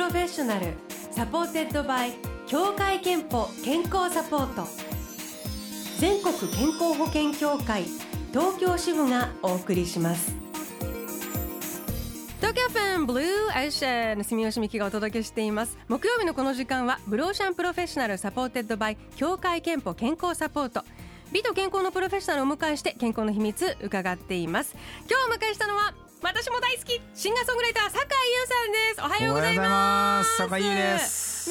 ロフェッショナルサポーテッドバイ協会憲法健康サポート、全国健康保険協会東京支部がお送りします。東京フェンブルーアイシェの住吉美希がお届けしています。木曜日のこの時間はブローシャンプロフェッショナルサポーテッドバイ協会憲法健康サポート、美と健康のプロフェッショナルをお迎えして健康の秘密伺っています。今日お迎えしたのは私も大好きシンガーソングライター酒井優さんです。おはようございます。 酒井優です。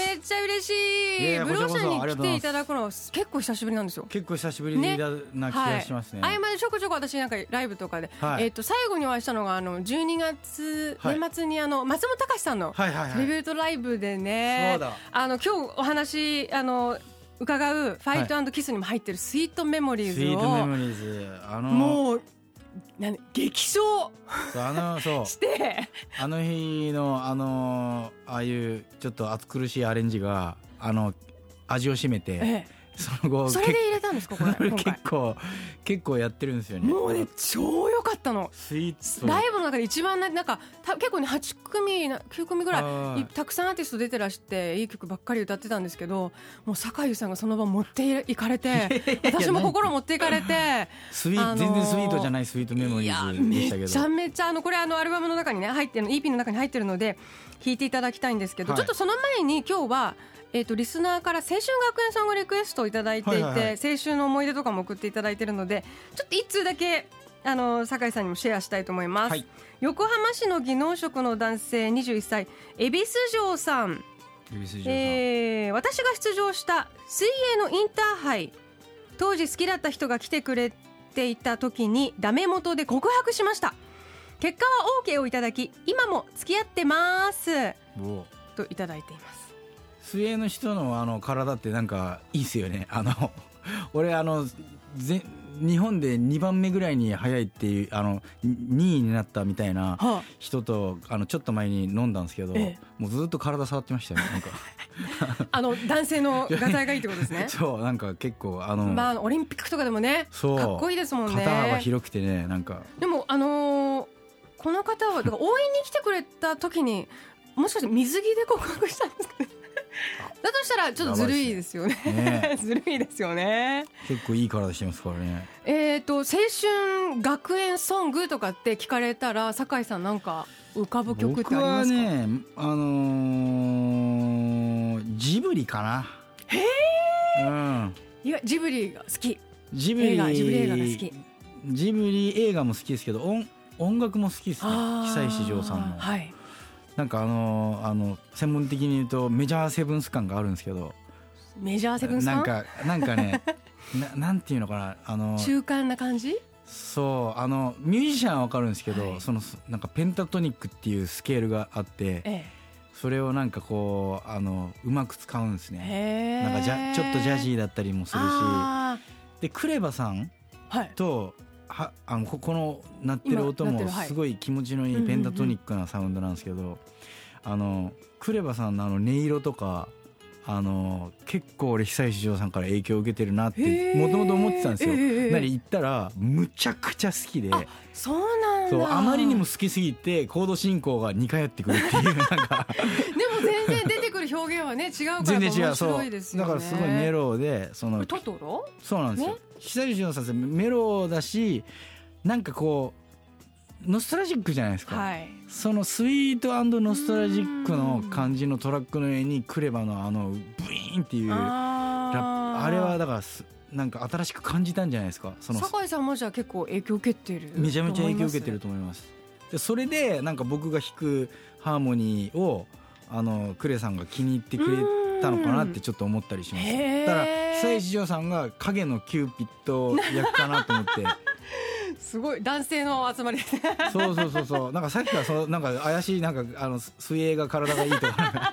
めっちゃ嬉しい。ブローシャンに来ていただくのは結構久しぶりなんですよ。 結構久しぶりな気がしますね。 合間でちょこちょこ私なんかライブとかで、最後にお会いしたのが12月、年末に松本隆さんのトリビュートライブでね、 そうだ、 今日お話伺うファイト&キスにも入ってるスイートメモリーズを、 スイートメモリーズもう激唱そうしてあの日のああいうちょっと暑苦しいアレンジが味を占めて、その後それで入れたんですかこれ結構やってるんですよね。 もうね超良かったの。 スイートライブの中で一番なんか結構ね8組9組ぐらいたくさんアーティスト出てらしていい曲ばっかり歌ってたんですけど、もう酒井さんがその場持っていかれて私も心持っていかれて全然スイートじゃないスイートメモリーズでしたけど、 めちゃめちゃこれアルバムの中にね入ってる EP の中に入ってるので弾いていただきたいんですけど、ちょっとその前に今日はリスナーから青春学園ソングリクエストをいただいていて、青春の思い出とかも送っていただいているので、ちょっと一通だけ酒井さんにもシェアしたいと思います。横浜市の技能職の男性21歳恵比寿城さん、私が出場した水泳のインターハイ、当時好きだった人が来てくれていた時にダメ元で告白しました。結果は OK をいただき今も付き合ってますといただいています。 水泳の人の体ってなんかいいっすよね。俺日本で2番目ぐらいに速いっていう2位になったみたいな人とちょっと前に飲んだんですけど、もうずっと体触ってましたよね。なんか男性のガタイがいいってことですね。 そうなんか結構オリンピックとかでもねかっこいいですもんね。 肩幅広くてね。なんかでもこの方はだから応援に来てくれた時にもしかして水着で告白したんですかね。だとしたらちょっとずるいですよね。ずるいですよね。 結構いい体してますからね。 青春学園ソングとかって聞かれたら酒井さんなんか浮かぶ曲ってありますか？ 僕はねジブリかな。 へー、いやジブリが好き。 ジブリ映画が好き。 ジブリ映画も好きですけど音楽も好きですね。久石譲さんの、なんか専門的に言うとメジャーセブンス感があるんですけど、 メジャーセブンス感なんかねなんていうのかな、 中間な感じ。 そうミュージシャンは分かるんですけど、なんかペンタトニックっていうスケールがあって、それをなんかこううまく使うんですね。なんかちょっとジャジーだったりもするし、でクレバさんと、この鳴ってる音もすごい気持ちのいいペンタトニックなサウンドなんですけど、クレバさんの音色とか結構俺久石譲さんから影響を受けてるなってもともと思ってたんですよ。言ったらむちゃくちゃ好きで、 そうなんだ。 あまりにも好きすぎてコード進行が2回やってくるっていうなんかでも全然出てくる表現はね違うから面白いですよね。 だからすごいメロでトトロ？ そうなんですよ。久石譲さんメロだし、なんかこうノストラジックじゃないですか。そのスイート&ノストラジックの感じのトラックの上にクレバのブイーンっていうあれはだからなんか新しく感じたんじゃないですか。 酒井さんもじゃあ結構影響を受けてる？ めちゃめちゃ影響を受けてると思います。でそれでなんか僕が弾くハーモニーをクレさんが気に入ってくれたのかなってちょっと思ったりします。だから久石譲さんが影のキューピッド役かなと思ってすごい男性の集まりですね。 そうなんかさっきからなんか怪しいなんか水泳が体がいいとか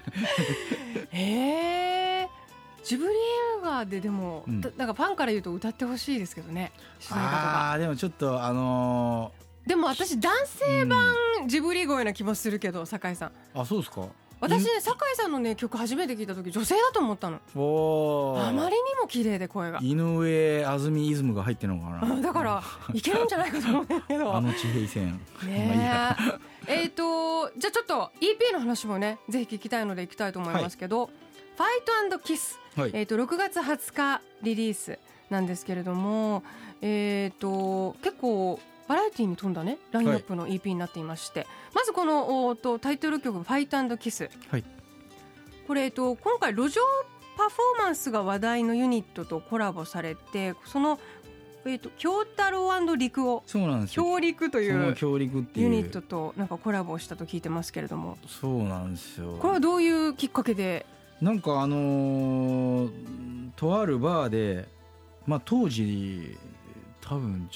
ジブリ映画ででも、なんかファンから言うと歌ってほしいですけどね、主題歌とか。 でもちょっとでも私男性版ジブリ声な気もするけど、酒井さん。 そうですか。 私ね酒井さんのね曲初めて聞いた時女性だと思ったの。あまりにも綺麗で声が。 井上あずみイズムが入ってるのかな。 だからいけるんじゃないかと思うんだけど地平線ねえじゃあちょっと EP の話もねぜひ聞きたいのでいきたいと思いますけど、ファイト&キス、6月20日リリースなんですけれども、結構バラエティに富んだねラインナップの EP になっていまして、まずこのタイトル曲ファイト&キス、これ今回路上パフォーマンスが話題のユニットとコラボされて、その京太郎&陸を京陸というユニットとなんかコラボしたと聞いてますけれども。 そうなんですよ。 これはどういうきっかけで？ なんかとあるバーで、当時多分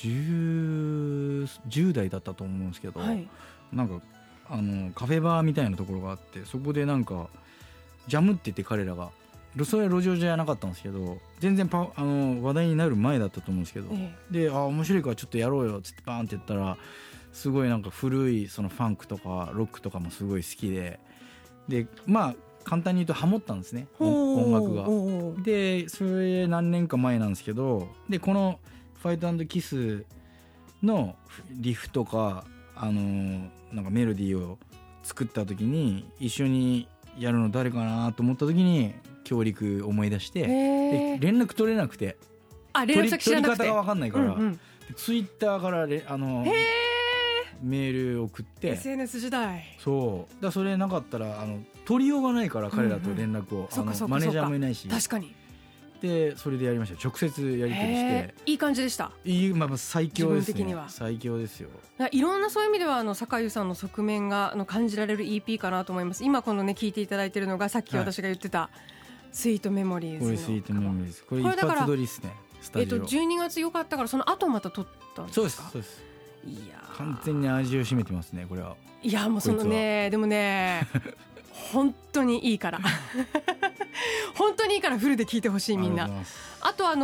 10代だったと思うんですけど、なんかカフェバーみたいなところがあって、そこでなんかジャムって言って彼らがそれは路上じゃなかったんですけど、全然話題になる前だったと思うんですけど、で面白いからちょっとやろうよっつってバーンって言ったら、すごいなんか古いそのファンクとかロックとかもすごい好きで、簡単に言うとハモったんですね、音楽が。でそれ何年か前なんですけど、でこのファイト&キスのリフとかなんかメロディーを作った時に一緒にやるの誰かなと思った時に強力思い出して、で連絡取れなくて、取り方が分かんないから、ツイッターからメール送って、 SNS 時代そうだ、それなかったら取りようがないから、彼らと連絡を、マネージャーもいないし。 確かに。 でそれでやりました。直接やり取りして、 いい感じでした。 最強ですね。自分的には最強ですよ。 いろんなそういう意味では酒井優さんの側面が感じられる EP かなと思います。今このね聞いていただいているのがさっき私が言ってた、スイートメモリーズの。 これスイートメモリーズ、これ一発撮りですね。スタジオ 12月よかったからその後また撮ったんですか？ そうです。いや完全に味を占めてますねこれは。 いやもうそのねでもね本当にいいから本当にいいからフルで聴いてほしいみんな。あと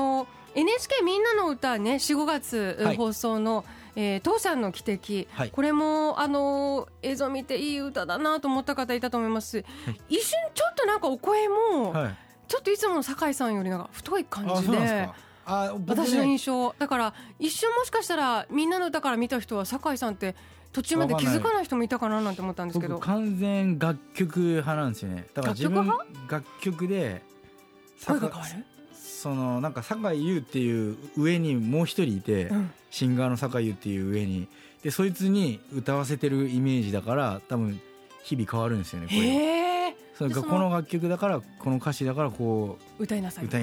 NHK みんなの歌ね4、5月放送の、父さんの汽笛、これも映像見ていい歌だなと思った方いたと思います。一瞬ちょっとなんかお声も、ちょっといつもの酒井さんよりなんか太い感じで、私の印象だから一瞬もしかしたらみんなの歌から見た人は酒井さんって途中まで気づかない人もいたかななんて思ったんですけど、 僕完全楽曲派なんですよね。だから自分楽曲で声が変わる。 なんか酒井優っていう上にもう一人いて、シンガーの酒井優っていう上にで、そいつに歌わせてるイメージだから多分日々変わるんですよね。この楽曲だからこの歌詞だからこう歌いなさい。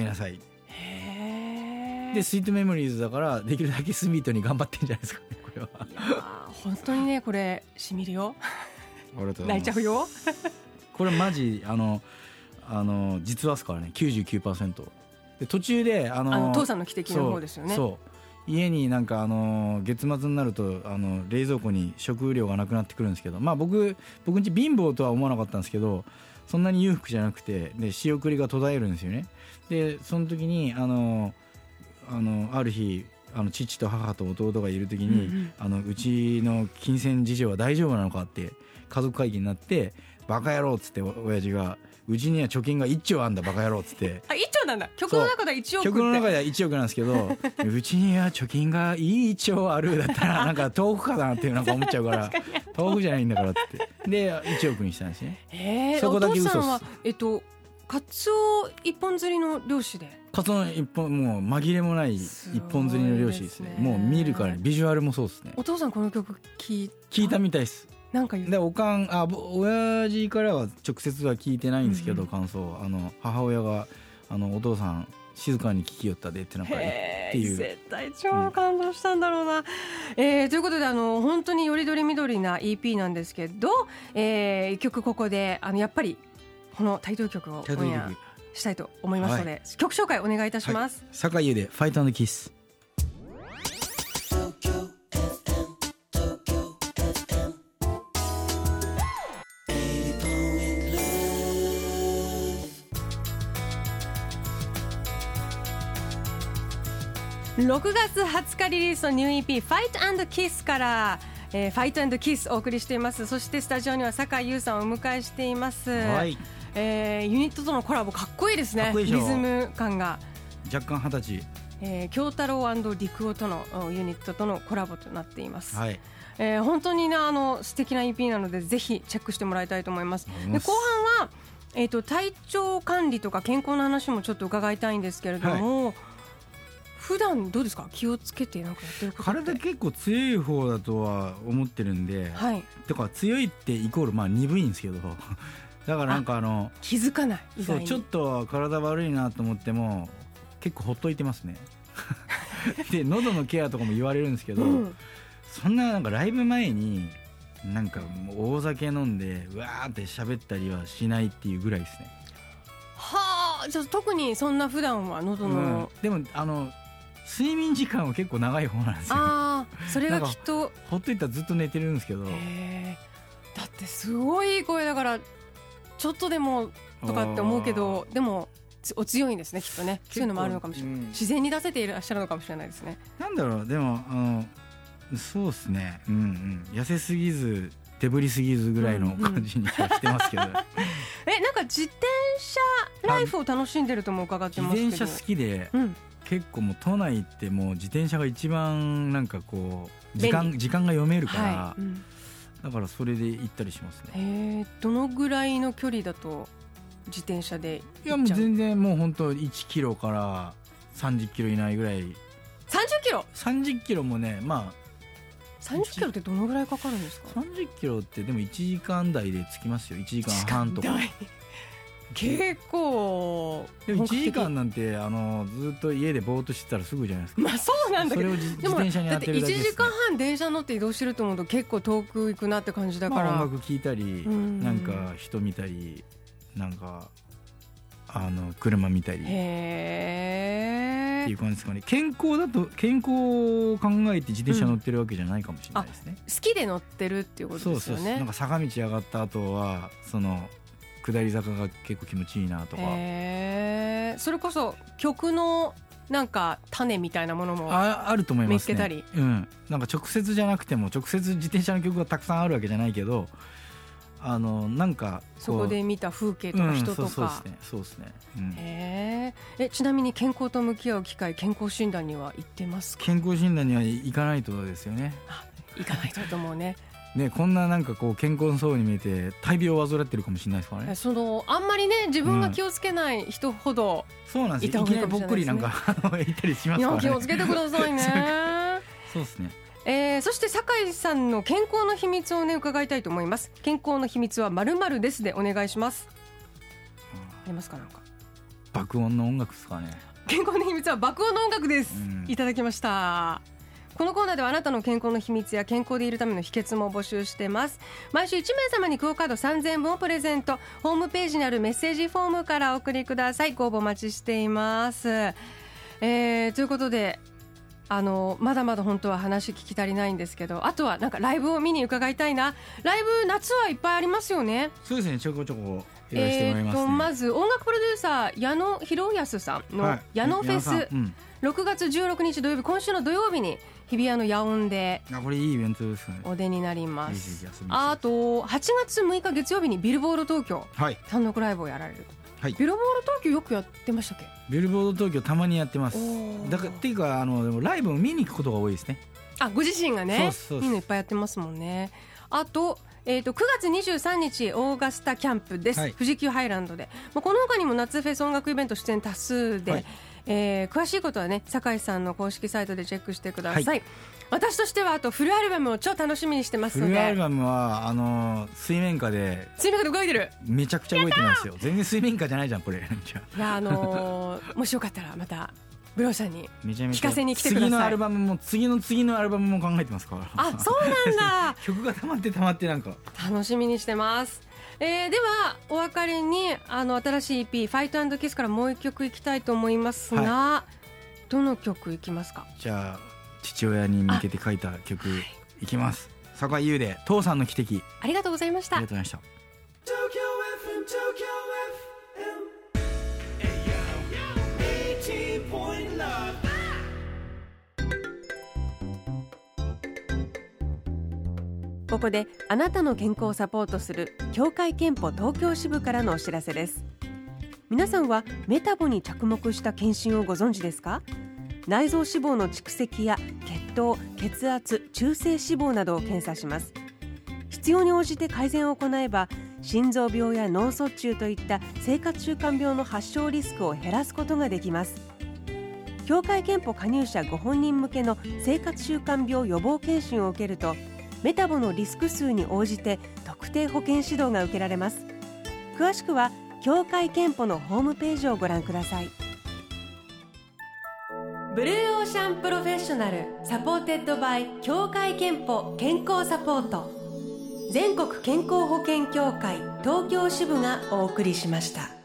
でスイートメモリーズだからできるだけスイートに頑張ってんじゃないですかねこれは。いや本当にねこれしみるよ泣いちゃうよこれマジ実話ですからね 99%。 で途中で父さんの汽笛の方ですよね。 そう家になんか月末になると冷蔵庫に食料がなくなってくるんですけど、僕んち貧乏とは思わなかったんですけど、そんなに裕福じゃなくてで仕送りが途絶えるんですよね。でその時にある日父と母と弟がいる時に、うちの金銭事情は大丈夫なのかって家族会議になって、バカ野郎っつって親父が、うちには貯金が1兆あんだバカ野郎っつって。 1兆なんだ。曲の中では1億って。 曲の中では1億なんですけどうちには貯金が1兆あるだったらなんか遠くかなってなんか思っちゃうから遠くじゃないんだからってで1億にしたんですね。そこだけ嘘っす。お父さんはカツオ一本釣りの漁師で。 カツオの一本もう紛れもない一本釣りの漁師ですね。もう見るから、ビジュアルもそうですね。 お父さんこの曲聞いたみたいです。 なんか言うで親父からは直接は聞いてないんですけど、感想母親がお父さん静かに聞きよったでってなんか言っていう。 絶対超感動したんだろうな。ということで本当によりどりみどりな EP なんですけど、一曲ここでやっぱりこのタイトル曲をオンエアしたいと思いますので、曲紹介お願いいたします。 酒井優でファイト&キス。 6月20日リリースのニュー EP Fight &Kiss からファイト&キスお送りしています。そしてスタジオには酒井優さんをお迎えしています。 はい、 ユニットとのコラボかっこいいですね。リズム感が若干20歳、 京太郎&陸尾とのユニットとのコラボとなっています。 はい、 本当にね素敵な EP なのでぜひチェックしてもらいたいと思います。で後半は、体調管理とか健康の話もちょっと伺いたいんですけれども、はい、普段どうですか？気をつけてなんかやってることって。 体結構強い方だとは思ってるんで、 はい、 だから強いってイコールまあ鈍いんですけどだからなんか気づかない。 そうちょっと体悪いなと思っても結構ほっといてますねで喉のケアとかも言われるんですけど、そんななんかライブ前になんかもう大酒飲んでうわーって喋ったりはしないっていうぐらいですね。 はあ、じゃあ特にそんな普段は喉の、 でも睡眠時間は結構長い方なんですよ。 ああ、それがきっとほっといたらずっと寝てるんですけど。 だってすごい声だからちょっとでもとかって思うけど、でもお強いんですねきっとね。そういうのもあるのかもしれない、自然に出せていらっしゃるのかもしれないですね。 なんだろう、でもそうですね、痩せすぎず手振りすぎずぐらいの感じにしてますけどなんか自転車ライフを楽しんでるとも伺ってますけど。 自転車好きで、結構もう都内ってもう自転車が一番なんかこう時間が読めるから、だからそれで行ったりしますね。 どのぐらいの距離だと自転車で行っちゃう？ いやもう全然もう本当1キロから30キロ以内ぐらい。 30キロ ？30キロもね、まあ 30キロってどのぐらいかかるんですか ？30キロってでも1時間台で着きますよ。1時間半とか。 結構でも1時間なんてずっと家でぼーっとしてたらすぐじゃないですか。 まあそうなんだけど、 それを自転車に当てるだけですね。 1時間半電車乗って移動してると思うと結構遠く行くなって感じだから、 音楽聴いたりなんか人見たりなんか車見たりっていう感じですかね。健康を考えて自転車乗ってるわけじゃないかもしれないですね。 好きで乗ってるっていうことですよね。 そうなんか坂道上がった後はその下り坂が結構気持ちいいなとか、 それこそ曲のなんか種みたいなものもあると思いますね。 見つけたり、 なんか直接じゃなくても直接自転車の曲がたくさんあるわけじゃないけど、なんかそこで見た風景とか人とか、 そうですね。 ちなみに健康と向き合う機会、健康診断には行ってますか？ 健康診断には行かないとですよね。 行かないと思うね。 ね、こんななんかこう健康そうに見えて大病を患ってるかもしれないですからね。 あんまりね自分が気をつけない人ほど、 そうなんですよ。いきなりぽっくりなんか言ったりしますからね。 気をつけてくださいねそうですね。 そして酒井さんの健康の秘密をね伺いたいと思います。健康の秘密は〇〇ですでお願いします。ありますか？なんか爆音の音楽ですかね。 健康の秘密は爆音の音楽です、いただきました。このコーナーではあなたの健康の秘密や健康でいるための秘訣も募集してます。毎週1名様にクオカード3000本をプレゼント。ホームページにあるメッセージフォームからお送りください。ご応募お待ちしています。ということでまだまだ本当は話聞き足りないんですけど、あとはなんかライブを見に伺いたいな。ライブ夏はいっぱいありますよね。 そうですね、ちょこちょこやらせてもらいますね。 まず音楽プロデューサー矢野博康さんの矢野フェス、6月16日土曜日、今週の土曜日に日比谷の野音でこれいいイベントですね。 お出になります。あと8月6日月曜日にビルボード東京単独ライブをやられる。ビルボード東京よくやってましたっけ？ ビルボード東京たまにやってます。だからっていうかでもライブを見に行くことが多いですね。 ご自身がね、いいのいっぱいやってますもんね。あと9月23日オーガスタキャンプです、富士急ハイランドで。この他にも夏フェス音楽イベント出演多数で、詳しいことはね酒井さんの公式サイトでチェックしてください。私としてはあとフルアルバムを超楽しみにしてますので。 フルアルバムは水面下で動いてる。 めちゃくちゃ動いてますよ。全然水面下じゃないじゃんこれ。いやもしよかったらまたブローさんに聞かせに来てください。 次のアルバムも次のアルバムも考えてますから。 そうなんだ曲がたまってなんか楽しみにしてます。ではお別れに新しい EP ファイト&キスからもう一曲いきたいと思いますが、どの曲いきますか？ じゃあ父親に向けて書いた曲いきます。酒井優で父さんの奇跡。 ありがとうございました。 ありがとうございました。 ここであなたの健康をサポートする協会憲法東京支部からのお知らせです。皆さんはメタボに着目した検診をご存知ですか？内臓脂肪の蓄積や血糖、血圧、中性脂肪などを検査します。必要に応じて改善を行えば、心臓病や脳卒中といった生活習慣病の発症リスクを減らすことができます。協会憲法加入者ご本人向けの生活習慣病予防検診を受けると、メタボのリスク数に応じて特定保健指導が受けられます。詳しくは協会憲法のホームページをご覧ください。ブルーオーシャンプロフェッショナルサポーテッドバイ協会憲法健康サポート、全国健康保険協会東京支部がお送りしました。